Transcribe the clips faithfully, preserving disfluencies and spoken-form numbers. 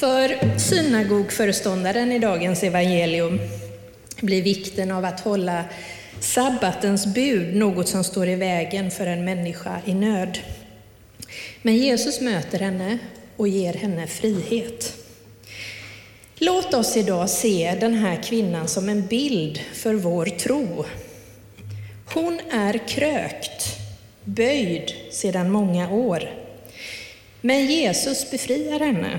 För synagogföreståndaren i dagens evangelium blir vikten av att hålla sabbatens bud något som står i vägen för en människa i nöd. Men Jesus möter henne och ger henne frihet. Låt oss idag se den här kvinnan som en bild för vår tro. Hon är krökt, böjd sedan många år. Men Jesus befriar henne.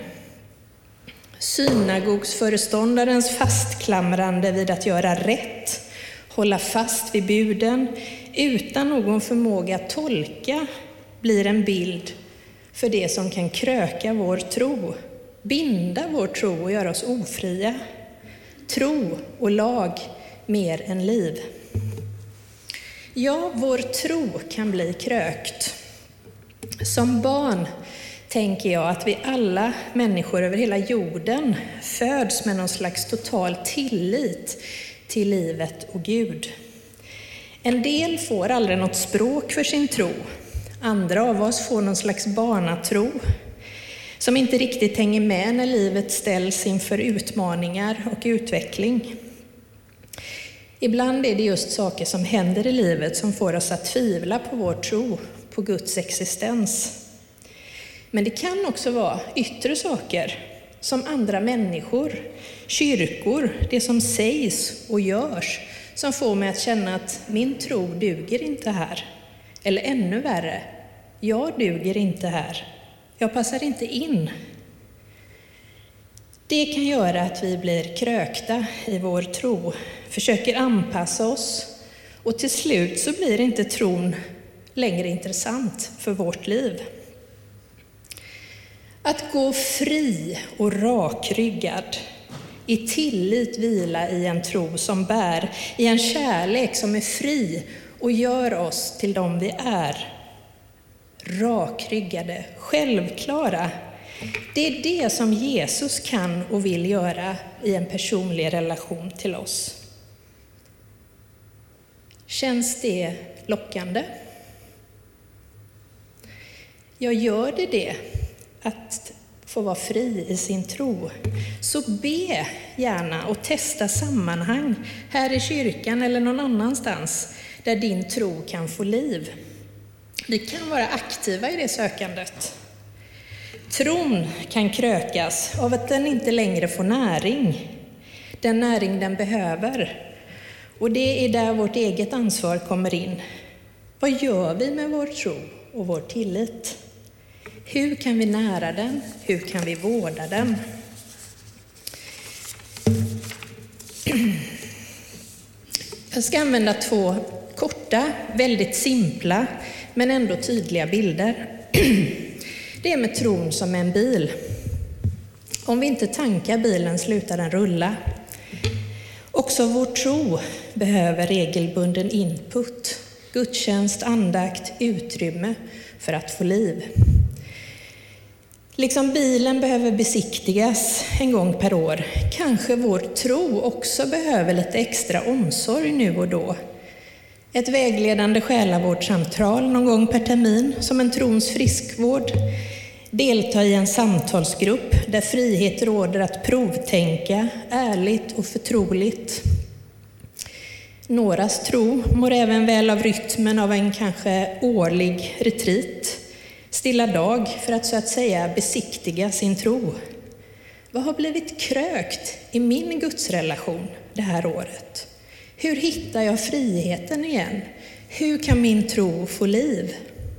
Synagogsföreståndarens fastklamrande vid att göra rätt, hålla fast vid buden utan någon förmåga att tolka, blir en bild för det som kan kröka vår tro, binda vår tro och göra oss ofria. Tro och lag mer än liv. Ja, vår tro kan bli krökt. Som barn tänker jag att vi alla människor över hela jorden föds med någon slags total tillit till livet och Gud. En del får aldrig något språk för sin tro. Andra av oss får någon slags barnatro som inte riktigt hänger med när livet ställs inför utmaningar och utveckling. Ibland är det just saker som händer i livet som får oss att tvivla på vår tro, på Guds existens. Men det kan också vara yttre saker som andra människor, kyrkor, det som sägs och görs som får mig att känna att min tro duger inte här. Eller ännu värre, jag duger inte här. Jag passar inte in. Det kan göra att vi blir krökta i vår tro, försöker anpassa oss och till slut så blir inte tron längre intressant för vårt liv. Att gå fri och rakryggad, i tillit vila i en tro som bär, i en kärlek som är fri och gör oss till dem vi är. Rakryggade, självklara. Det är det som Jesus kan och vill göra i en personlig relation till oss. Känns det lockande? Jag gör det det, att få vara fri i sin tro. Så be gärna och testa sammanhang här i kyrkan eller någon annanstans där din tro kan få liv. Vi kan vara aktiva i det sökandet. Tron kan krökas av att den inte längre får näring. Den näring den behöver. Och det är där vårt eget ansvar kommer in. Vad gör vi med vår tro och vår tillit? Hur kan vi nära den? Hur kan vi vårda den? Jag ska använda två korta, väldigt simpla men ändå tydliga bilder. Det är med tron som en bil. Om vi inte tankar bilen slutar den rulla. Också vår tro behöver regelbunden input, gudstjänst, andakt, utrymme för att få liv. Liksom bilen behöver besiktigas en gång per år, kanske vår tro också behöver lite extra omsorg nu och då. Ett vägledande själavårdssamtal någon gång per termin som en trons friskvård. Delta i en samtalsgrupp där frihet råder att provtänka ärligt och förtroligt. Nåras tro mår även väl av rytmen av en kanske årlig retreat. Stilla dag för att så att säga besiktiga sin tro. Vad har blivit krökt i min gudsrelation det här året? Hur hittar jag friheten igen? Hur kan min tro få liv?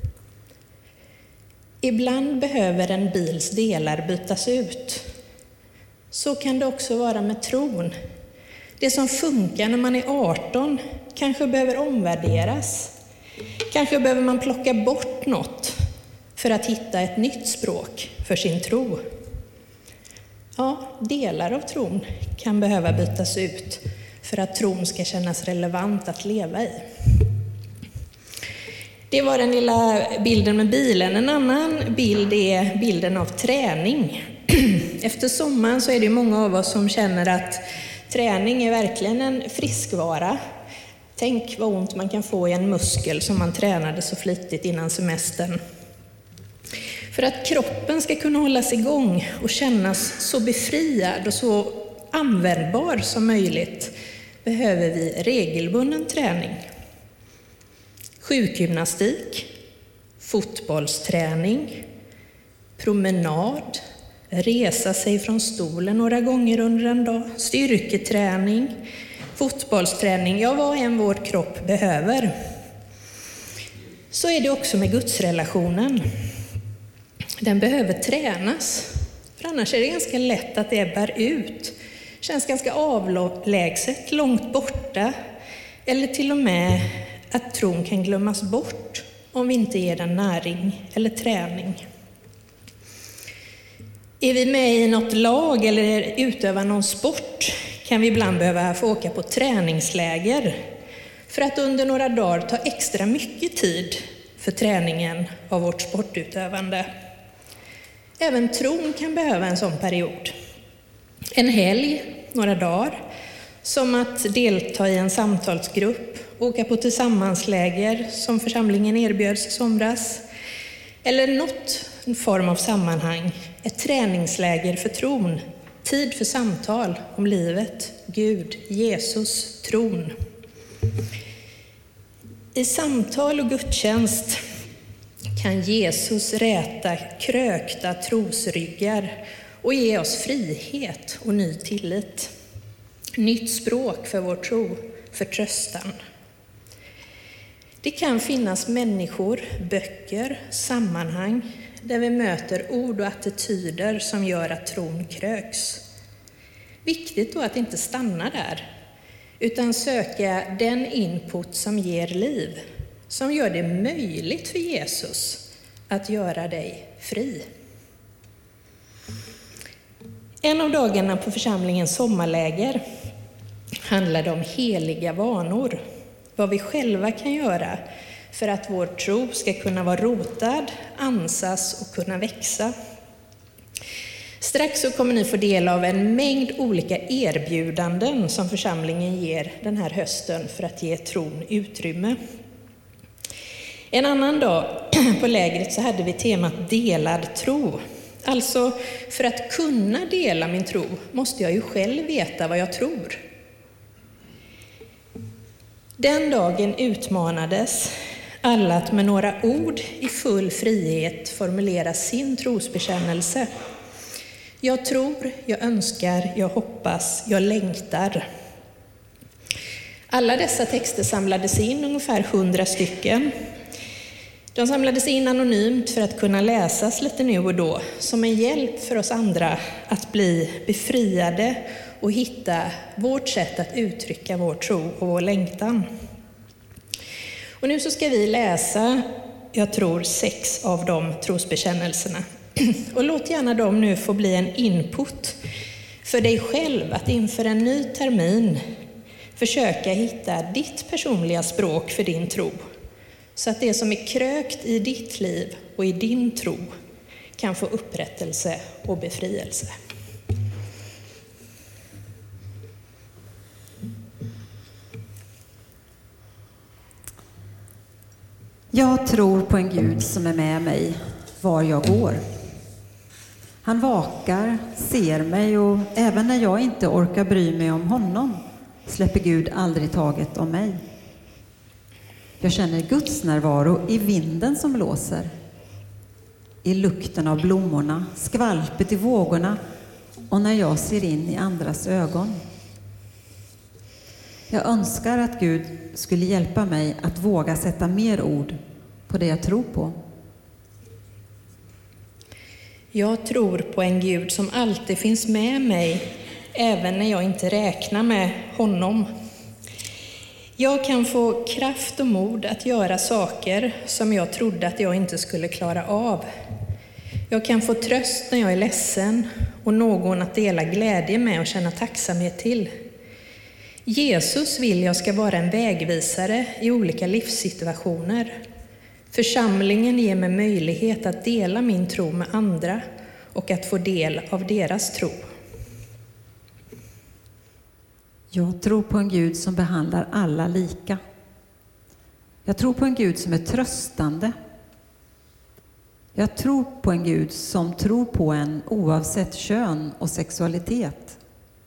Ibland behöver en bils delar bytas ut. Så kan det också vara med tron. Det som funkar när man är arton kanske behöver omvärderas. Kanske behöver man plocka bort något för att hitta ett nytt språk för sin tro. Ja, delar av tron kan behöva bytas ut för att tron ska kännas relevant att leva i. Det var den lilla bilden med bilen. En annan bild är bilden av träning. Efter sommaren så är det många av oss som känner att träning är verkligen en friskvara. Tänk vad ont man kan få i en muskel som man tränade så flitigt innan semestern. För att kroppen ska kunna hållas igång och kännas så befriad och så användbar som möjligt behöver vi regelbunden träning. Sjukgymnastik, fotbollsträning, promenad, resa sig från stolen några gånger under en dag, styrketräning, fotbollsträning, ja vad än vår kropp behöver. Så är det också med gudsrelationen. Den behöver tränas, för annars är det ganska lätt att det bär ut. Känns ganska avlägset, långt borta, eller till och med att tron kan glömmas bort om vi inte ger den näring eller träning. Är vi med i något lag eller utövar någon sport kan vi ibland behöva få åka på träningsläger för att under några dagar ta extra mycket tid för träningen av vårt sportutövande. Även tron kan behöva en sån period. En helg, några dagar, som att delta i en samtalsgrupp, åka på tillsammansläger som församlingen erbjöds i somras, eller något form av sammanhang, ett träningsläger för tron, tid för samtal om livet, Gud, Jesus, tron. I samtal och gudstjänst kan Jesus räta krökta trosryggar och ge oss frihet och ny tillit. Nytt språk för vår tro, förtröstan. Det kan finnas människor, böcker, sammanhang där vi möter ord och attityder som gör att tron kröks. Viktigt då att inte stanna där, utan söka den input som ger liv, som gör det möjligt för Jesus att göra dig fri. En av dagarna på församlingens sommarläger handlade om heliga vanor, vad vi själva kan göra för att vår tro ska kunna vara rotad, ansas och kunna växa. Strax så kommer ni få del av en mängd olika erbjudanden som församlingen ger den här hösten för att ge tron utrymme. En annan dag på lägret så hade vi temat delad tro. Alltså, för att kunna dela min tro måste jag ju själv veta vad jag tror. Den dagen utmanades alla att med några ord i full frihet formulera sin trosbekännelse. Jag tror, jag önskar, jag hoppas, jag längtar. Alla dessa texter samlades in, ungefär hundra stycken. De samlades in anonymt för att kunna läsas lite nu och då, som en hjälp för oss andra att bli befriade och hitta vårt sätt att uttrycka vår tro och vår längtan. Och nu så ska vi läsa, jag tror, sex av de trosbekännelserna. Och låt gärna dem nu få bli en input för dig själv att inför en ny termin försöka hitta ditt personliga språk för din tro. Så att det som är krökt i ditt liv och i din tro kan få upprättelse och befrielse. Jag tror på en Gud som är med mig var jag går. Han vakar, ser mig och även när jag inte orkar bry mig om honom släpper Gud aldrig taget om mig. Jag känner Guds närvaro i vinden som blåser, i lukten av blommorna, skvalpet i vågorna och när jag ser in i andras ögon. Jag önskar att Gud skulle hjälpa mig att våga sätta mer ord på det jag tror på. Jag tror på en Gud som alltid finns med mig, även när jag inte räknar med honom. Jag kan få kraft och mod att göra saker som jag trodde att jag inte skulle klara av. Jag kan få tröst när jag är ledsen och någon att dela glädje med och känna tacksamhet till. Jesus vill jag ska vara en vägvisare i olika livssituationer. Församlingen ger mig möjlighet att dela min tro med andra och att få del av deras tro. Jag tror på en Gud som behandlar alla lika. Jag tror på en Gud som är tröstande. Jag tror på en Gud som tror på en oavsett kön och sexualitet.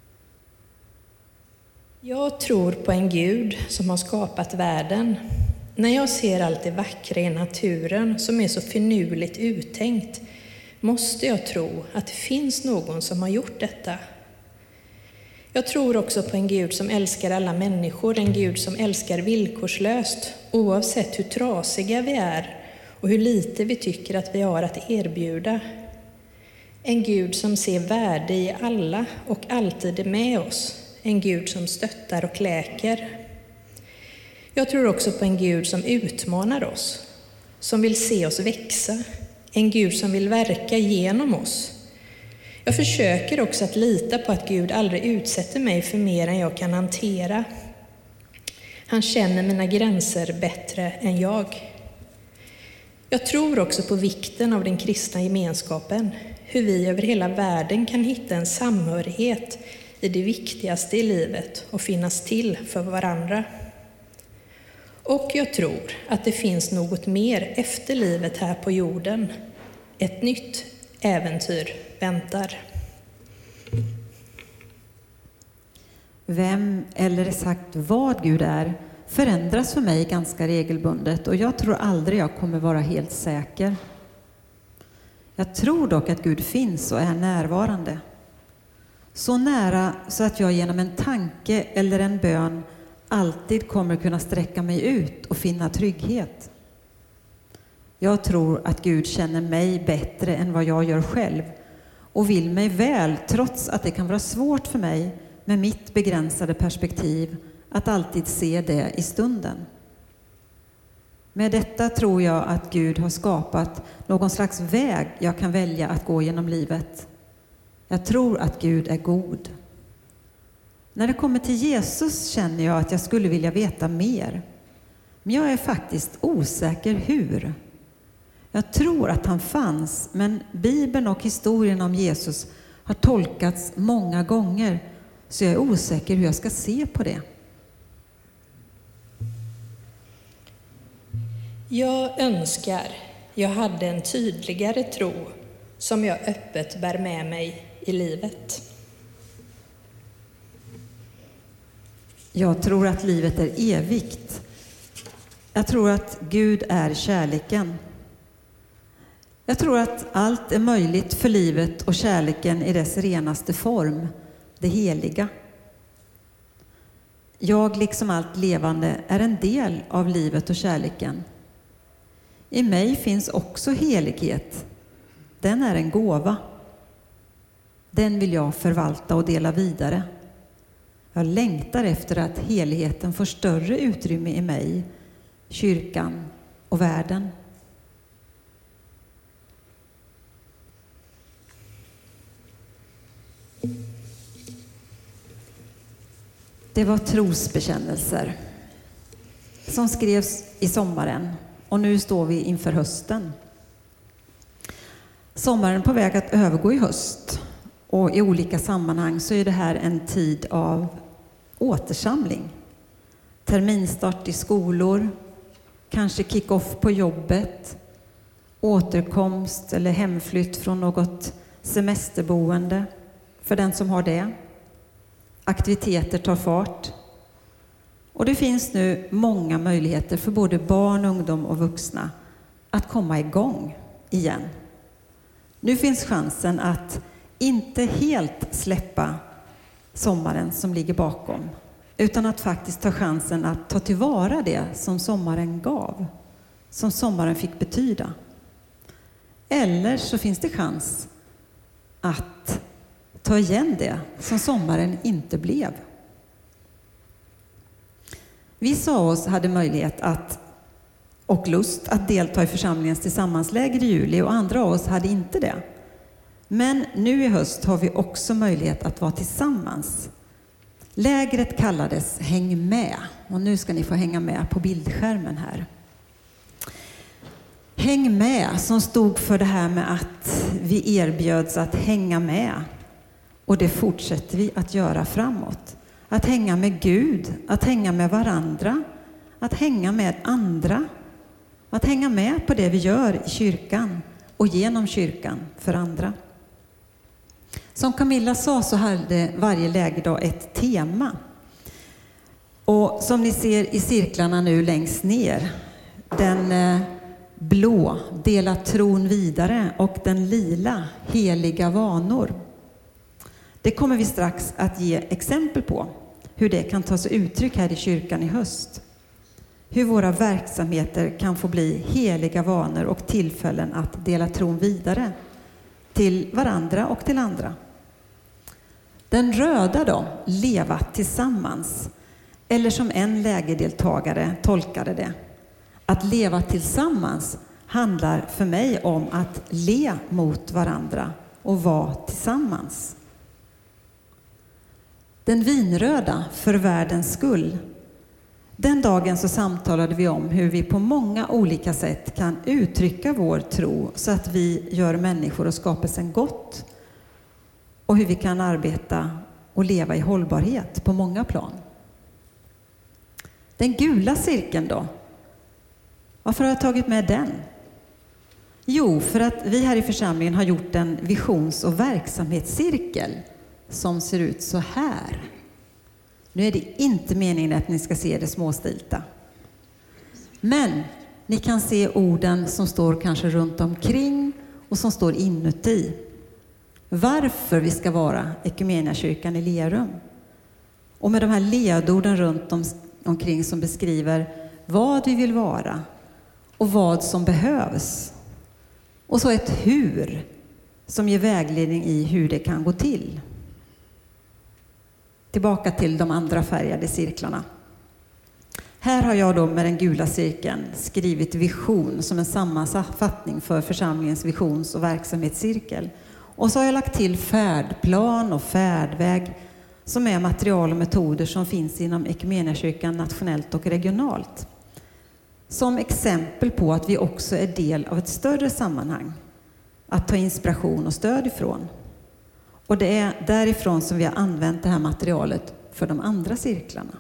Jag tror på en Gud som har skapat världen. När jag ser allt det vackra i naturen som är så finurligt uttänkt, måste jag tro att det finns någon som har gjort detta. Jag tror också på en Gud som älskar alla människor, en Gud som älskar villkorslöst, oavsett hur trasiga vi är och hur lite vi tycker att vi har att erbjuda. En Gud som ser värde i alla och alltid är med oss. En Gud som stöttar och läker. Jag tror också på en Gud som utmanar oss, som vill se oss växa. En Gud som vill verka genom oss. Jag försöker också att lita på att Gud aldrig utsätter mig för mer än jag kan hantera. Han känner mina gränser bättre än jag. Jag tror också på vikten av den kristna gemenskapen. Hur vi över hela världen kan hitta en samhörighet i det viktigaste i livet och finnas till för varandra. Och jag tror att det finns något mer efter livet här på jorden. Ett nytt äventyr väntar. Vem, eller sagt vad Gud är, förändras för mig ganska regelbundet och jag tror aldrig jag kommer vara helt säker. Jag tror dock att Gud finns och är närvarande. Så nära så att jag genom en tanke eller en bön alltid kommer kunna sträcka mig ut och finna trygghet. Jag tror att Gud känner mig bättre än vad jag gör själv och vill mig väl, trots att det kan vara svårt för mig med mitt begränsade perspektiv att alltid se det i stunden. Med detta tror jag att Gud har skapat någon slags väg jag kan välja att gå genom livet. Jag tror att Gud är god. När det kommer till Jesus känner jag att jag skulle vilja veta mer. Men jag är faktiskt osäker hur. Jag tror att han fanns, men Bibeln och historien om Jesus har tolkats många gånger, så jag är osäker hur jag ska se på det. Jag önskar jag hade en tydligare tro som jag öppet bär med mig i livet. Jag tror att livet är evigt. Jag tror att Gud är kärleken. Jag tror att allt är möjligt för livet och kärleken i dess renaste form, det heliga. Jag, liksom allt levande, är en del av livet och kärleken. I mig finns också helighet. Den är en gåva. Den vill jag förvalta och dela vidare. Jag längtar efter att heligheten får större utrymme i mig, kyrkan och världen. Det var trosbekännelser som skrevs i sommaren och nu står vi inför hösten. Sommaren är på väg att övergå i höst och i olika sammanhang så är det här en tid av återsamling. Terminstart i skolor, kanske kick-off på jobbet, återkomst eller hemflytt från något semesterboende för den som har det. Aktiviteter tar fart. Och det finns nu många möjligheter för både barn, ungdom och vuxna att komma igång igen. Nu finns chansen att inte helt släppa sommaren som ligger bakom, utan att faktiskt ta chansen att ta tillvara det som sommaren gav, som sommaren fick betyda. Eller så finns det chans att ta igen det som sommaren inte blev. Vissa av oss hade möjlighet att, och lust att delta i församlingens tillsammansläger i juli och andra av oss hade inte det. Men nu i höst har vi också möjlighet att vara tillsammans. Lägret kallades Häng med och nu ska ni få hänga med på bildskärmen här. Häng med som stod för det här med att vi erbjöds att hänga med. Och det fortsätter vi att göra framåt. Att hänga med Gud, att hänga med varandra, att hänga med andra, att hänga med på det vi gör i kyrkan, och genom kyrkan för andra. Som Camilla sa så hade varje lägerdag ett tema. Och som ni ser i cirklarna nu längst ner, den eh, blå, dela tron vidare, och den lila, heliga vanor. Det kommer vi strax att ge exempel på, hur det kan ta sig uttryck här i kyrkan i höst. Hur våra verksamheter kan få bli heliga vanor och tillfällen att dela tron vidare till varandra och till andra. Den röda då, leva tillsammans. Eller som en lägerdeltagare tolkade det, att leva tillsammans handlar för mig om att le mot varandra och vara tillsammans. Den vinröda, för världens skull. Den dagen så samtalade vi om hur vi på många olika sätt kan uttrycka vår tro så att vi gör människor och skapelsen gott, och hur vi kan arbeta och leva i hållbarhet på många plan. Den gula cirkeln då? Varför har jag tagit med den? Jo, för att vi här i församlingen har gjort en visions- och verksamhetscirkel som ser ut så här. Nu är det inte meningen att ni ska se det småstilta. Men ni kan se orden som står kanske runt omkring och som står inuti. Varför vi ska vara Equmeniakyrkan i Lerum. Och med de här ledorden runt om, omkring som beskriver vad vi vill vara och vad som behövs. Och så ett hur som ger vägledning i hur det kan gå till. Tillbaka till de andra färgade cirklarna. Här har jag då med den gula cirkeln skrivit vision som en sammanfattning för församlingens visions- och verksamhetscirkel. Och så har jag lagt till färdplan och färdväg som är material och metoder som finns inom Equmeniakyrkan nationellt och regionalt. Som exempel på att vi också är del av ett större sammanhang att ta inspiration och stöd ifrån. Och det är därifrån som vi har använt det här materialet för de andra cirklarna.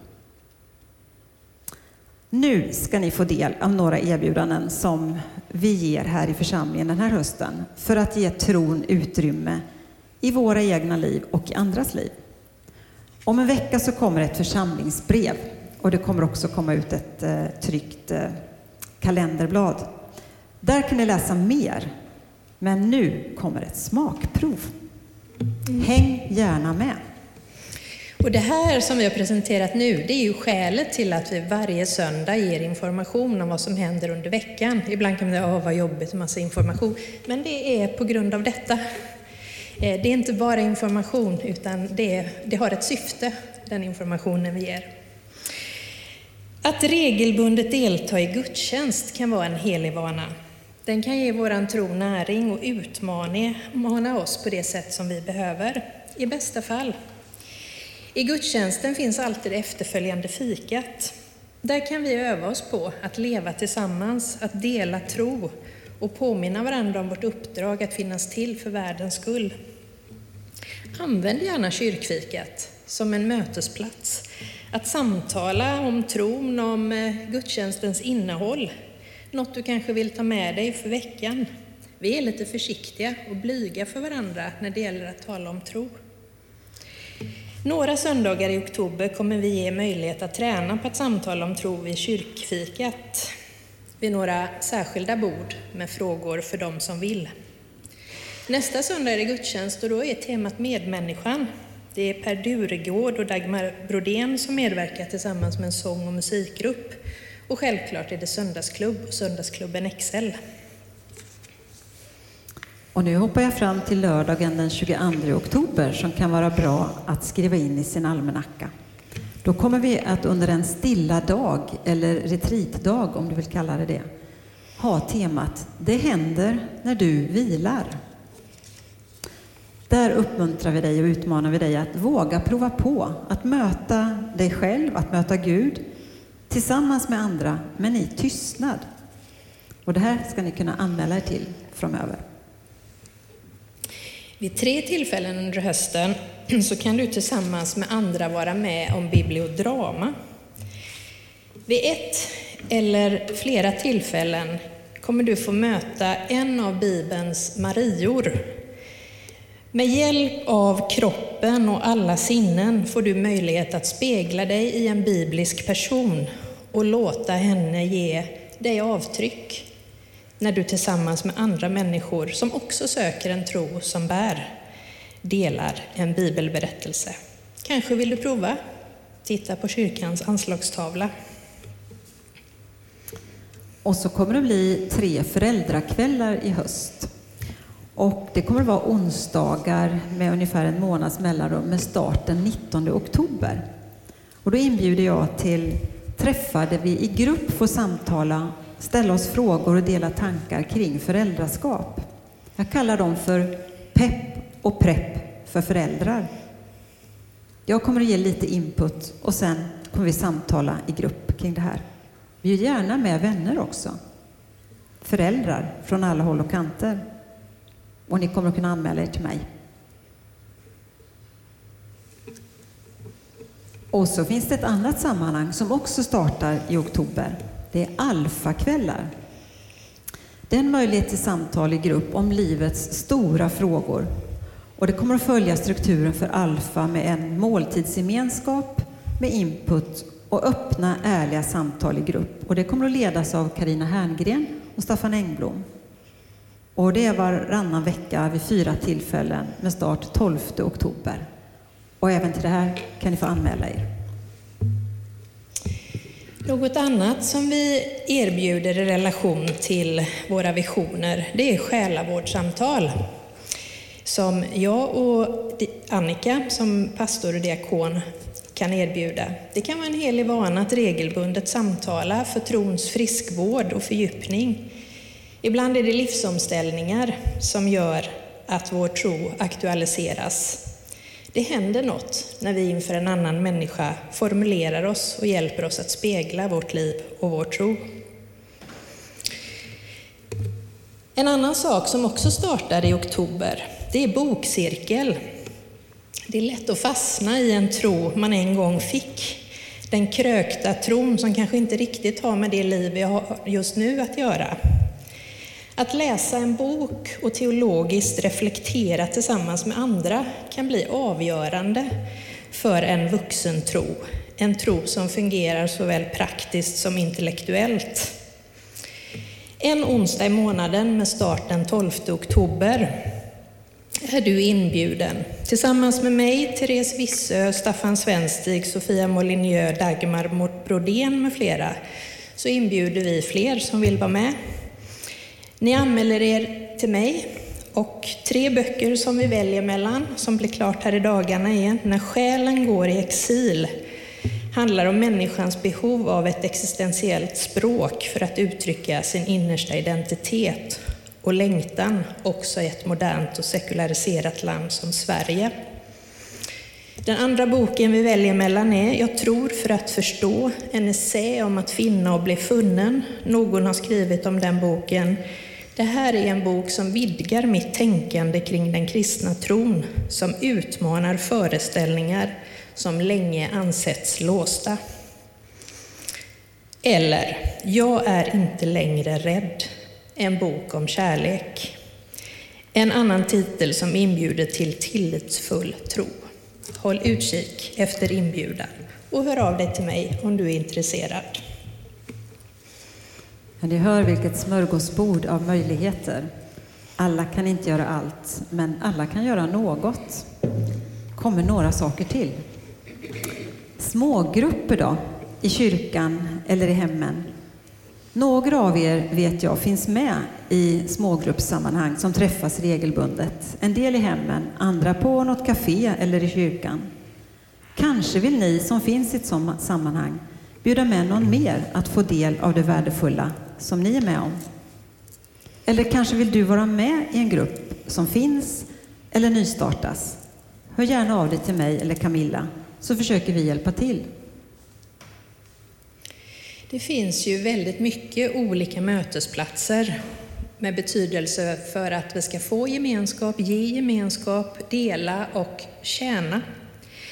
Nu ska ni få del av några erbjudanden som vi ger här i församlingen den här hösten för att ge tron utrymme i våra egna liv och i andras liv. Om en vecka så kommer ett församlingsbrev och det kommer också komma ut ett eh, tryckt eh, kalenderblad. Där kan ni läsa mer, men nu kommer ett smakprov. Mm. Häng gärna med. Och det här som vi har presenterat nu, det är ju skälet till att vi varje söndag ger information om vad som händer under veckan. Ibland kan det vara jobbigt, en massa information, men det är på grund av detta. Det är inte bara information, utan det, det har ett syfte, den informationen vi ger. Att regelbundet delta i gudstjänst kan vara en helig vana. Den kan ge våran tro näring och utmana oss på det sätt som vi behöver, i bästa fall. I gudstjänsten finns alltid det efterföljande fikat. Där kan vi öva oss på att leva tillsammans, att dela tro och påminna varandra om vårt uppdrag att finnas till för världens skull. Använd gärna kyrkfikat som en mötesplats. Att samtala om tron, om gudstjänstens innehåll. Något du kanske vill ta med dig för veckan. Vi är lite försiktiga och blyga för varandra när det gäller att tala om tro. Några söndagar i oktober kommer vi ge möjlighet att träna på att samtala om tro vid kyrkfikat. Vid några särskilda bord med frågor för dem som vill. Nästa söndag är det gudstjänst och då är temat medmänniskan. Det är Per Duregård och Dagmar Brodén som medverkar tillsammans med en sång- och musikgrupp. Och självklart är det söndagsklubb och söndagsklubben X L. Och nu hoppar jag fram till lördagen den tjugoandra oktober som kan vara bra att skriva in i sin almanacka. Då kommer vi att under en stilla dag, eller retreatdag om du vill kalla det det, ha temat Det händer när du vilar. Där uppmuntrar vi dig och utmanar vi dig att våga prova på att möta dig själv, att möta Gud tillsammans med andra, men i tystnad. Och det här ska ni kunna anmäla er till framöver. Vid tre tillfällen under hösten så kan du tillsammans med andra vara med om bibliodrama. Vid ett eller flera tillfällen kommer du få möta en av Bibelns Marior. Med hjälp av kroppen och alla sinnen får du möjlighet att spegla dig i en biblisk person och låta henne ge dig avtryck när du tillsammans med andra människor som också söker en tro som bär delar en bibelberättelse. Kanske vill du prova? Titta på kyrkans anslagstavla. Och så kommer det bli tre föräldrakvällar i höst. Och det kommer att vara onsdagar med ungefär en månads mellanrum med start den nittonde oktober. Och då inbjuder jag till träffar där vi i grupp får samtala, ställa oss frågor och dela tankar kring föräldraskap. Jag kallar dem för pepp och prepp för föräldrar. Jag kommer att ge lite input och sen kommer vi samtala i grupp kring det här. Bjud gärna med vänner också. Föräldrar från alla håll och kanter. Och ni kommer att kunna anmäla er till mig. Och så finns det ett annat sammanhang som också startar i oktober. Det är alfakvällar. Det är en möjlighet till samtal i grupp om livets stora frågor. Och det kommer att följa strukturen för alfa med en måltidsgemenskap, med input och öppna, ärliga samtal i grupp. Och det kommer att ledas av Carina Herngren och Staffan Engblom. Och det är varannan vecka vid fyra tillfällen med start tolfte oktober. Och även till det här kan ni få anmäla er. Något annat som vi erbjuder i relation till våra visioner, det är själavårdssamtal. Som jag och Annika som pastor och diakon kan erbjuda. Det kan vara en helig vana att regelbundet samtala för trons friskvård och fördjupning. Ibland är det livsomställningar som gör att vår tro aktualiseras. Det händer något när vi inför en annan människa formulerar oss och hjälper oss att spegla vårt liv och vår tro. En annan sak som också startar i oktober, det är bokcirkel. Det är lätt att fastna i en tro man en gång fick. Den krökta tron som kanske inte riktigt har med det liv vi har just nu att göra. Att läsa en bok och teologiskt reflektera tillsammans med andra kan bli avgörande för en vuxen tro. En tro som fungerar såväl praktiskt som intellektuellt. En onsdag i månaden med start den tolfte oktober är du inbjuden. Tillsammans med mig, Therese Wissö, Staffan Svenstig, Sofia Molinjö, Dagmar Brodén med flera, så inbjuder vi fler som vill vara med. Ni anmäler er till mig, och tre böcker som vi väljer mellan, som blir klart här i dagarna, är När själen går i exil. Handlar om människans behov av ett existentiellt språk för att uttrycka sin innersta identitet och längtan också i ett modernt och sekulariserat land som Sverige. Den andra boken vi väljer mellan är Jag tror för att förstå, en essä om att finna och bli funnen. Någon har skrivit om den boken: det här är en bok som vidgar mitt tänkande kring den kristna tron, som utmanar föreställningar som länge ansetts låsta. Eller Jag är inte längre rädd, en bok om kärlek. En annan titel som inbjuder till tillitsfull tro. Håll utkik efter inbjudan och hör av dig till mig om du är intresserad. Ja, ni hör vilket smörgåsbord av möjligheter. Alla kan inte göra allt, men alla kan göra något. Kommer några saker till. Smågrupper då, i kyrkan eller i hemmen. Några av er vet jag finns med i smågruppssammanhang som träffas regelbundet. En del i hemmen, andra på något café eller i kyrkan. Kanske vill ni som finns i ett sådant sammanhang bjuda med någon mer att få del av det värdefulla som ni är med om. Eller kanske vill du vara med i en grupp som finns eller nystartas. Hör gärna av dig till mig eller Camilla, så försöker vi hjälpa till. Det finns ju väldigt mycket olika mötesplatser med betydelse för att vi ska få gemenskap, ge gemenskap, dela och tjäna.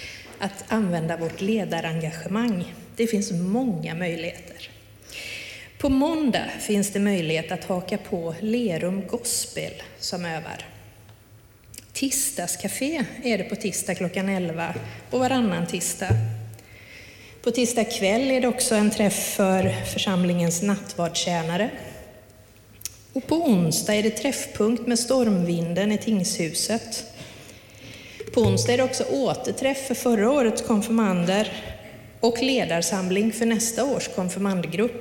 Att använda vårt ledarengagemang. Det finns många möjligheter. På måndag finns det möjlighet att haka på Lerum Gospel som övar. Tisdagscafé är det på tisdag klockan elva och varannan tisdag. På tisdag kväll är det också en träff för församlingens nattvardstjänare. Och på onsdag är det träffpunkt med stormvinden i tingshuset. På onsdag är det också återträff för förra årets konfirmander och ledarsamling för nästa års konfirmandgrupp.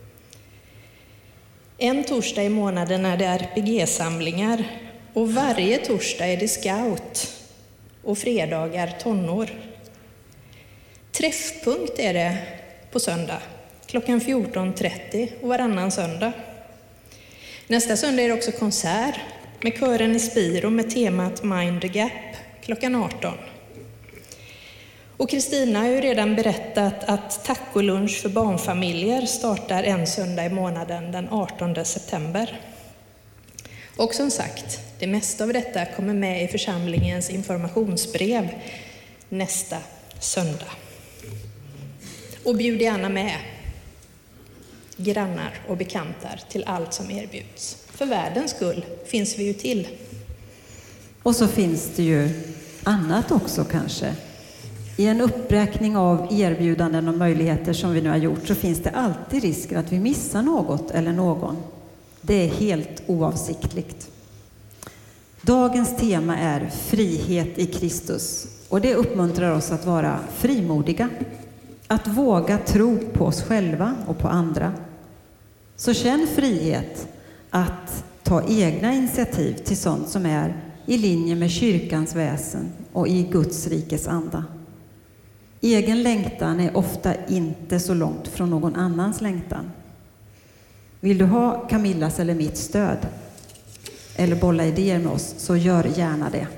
En torsdag i månaden är det R P G-samlingar och varje torsdag är det scout och fredagar tonår. Träffpunkt är det på söndag klockan fjorton trettio och varannan söndag. Nästa söndag är det också konsert med kören i Spiro med temat Mind the Gap klockan arton. Och Kristina har ju redan berättat att tacolunch för barnfamiljer startar en söndag i månaden den artonde september. Och som sagt, det mesta av detta kommer med i församlingens informationsbrev nästa söndag. Och bjud gärna med grannar och bekantar till allt som erbjuds. För världens skull finns vi ju till. Och så finns det ju annat också kanske. I en uppräkning av erbjudanden och möjligheter som vi nu har gjort så finns det alltid risker att vi missar något eller någon. Det är helt oavsiktligt. Dagens tema är frihet i Kristus och det uppmuntrar oss att vara frimodiga. Att våga tro på oss själva och på andra. Så känn frihet att ta egna initiativ till sånt som är i linje med kyrkans väsen och i Guds rikes anda. Egen längtan är ofta inte så långt från någon annans längtan. Vill du ha Camillas eller mitt stöd eller bolla idéer med oss, så gör gärna det.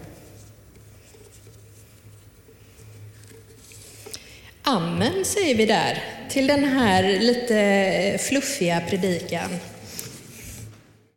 Amen säger vi där till den här lite fluffiga predikan.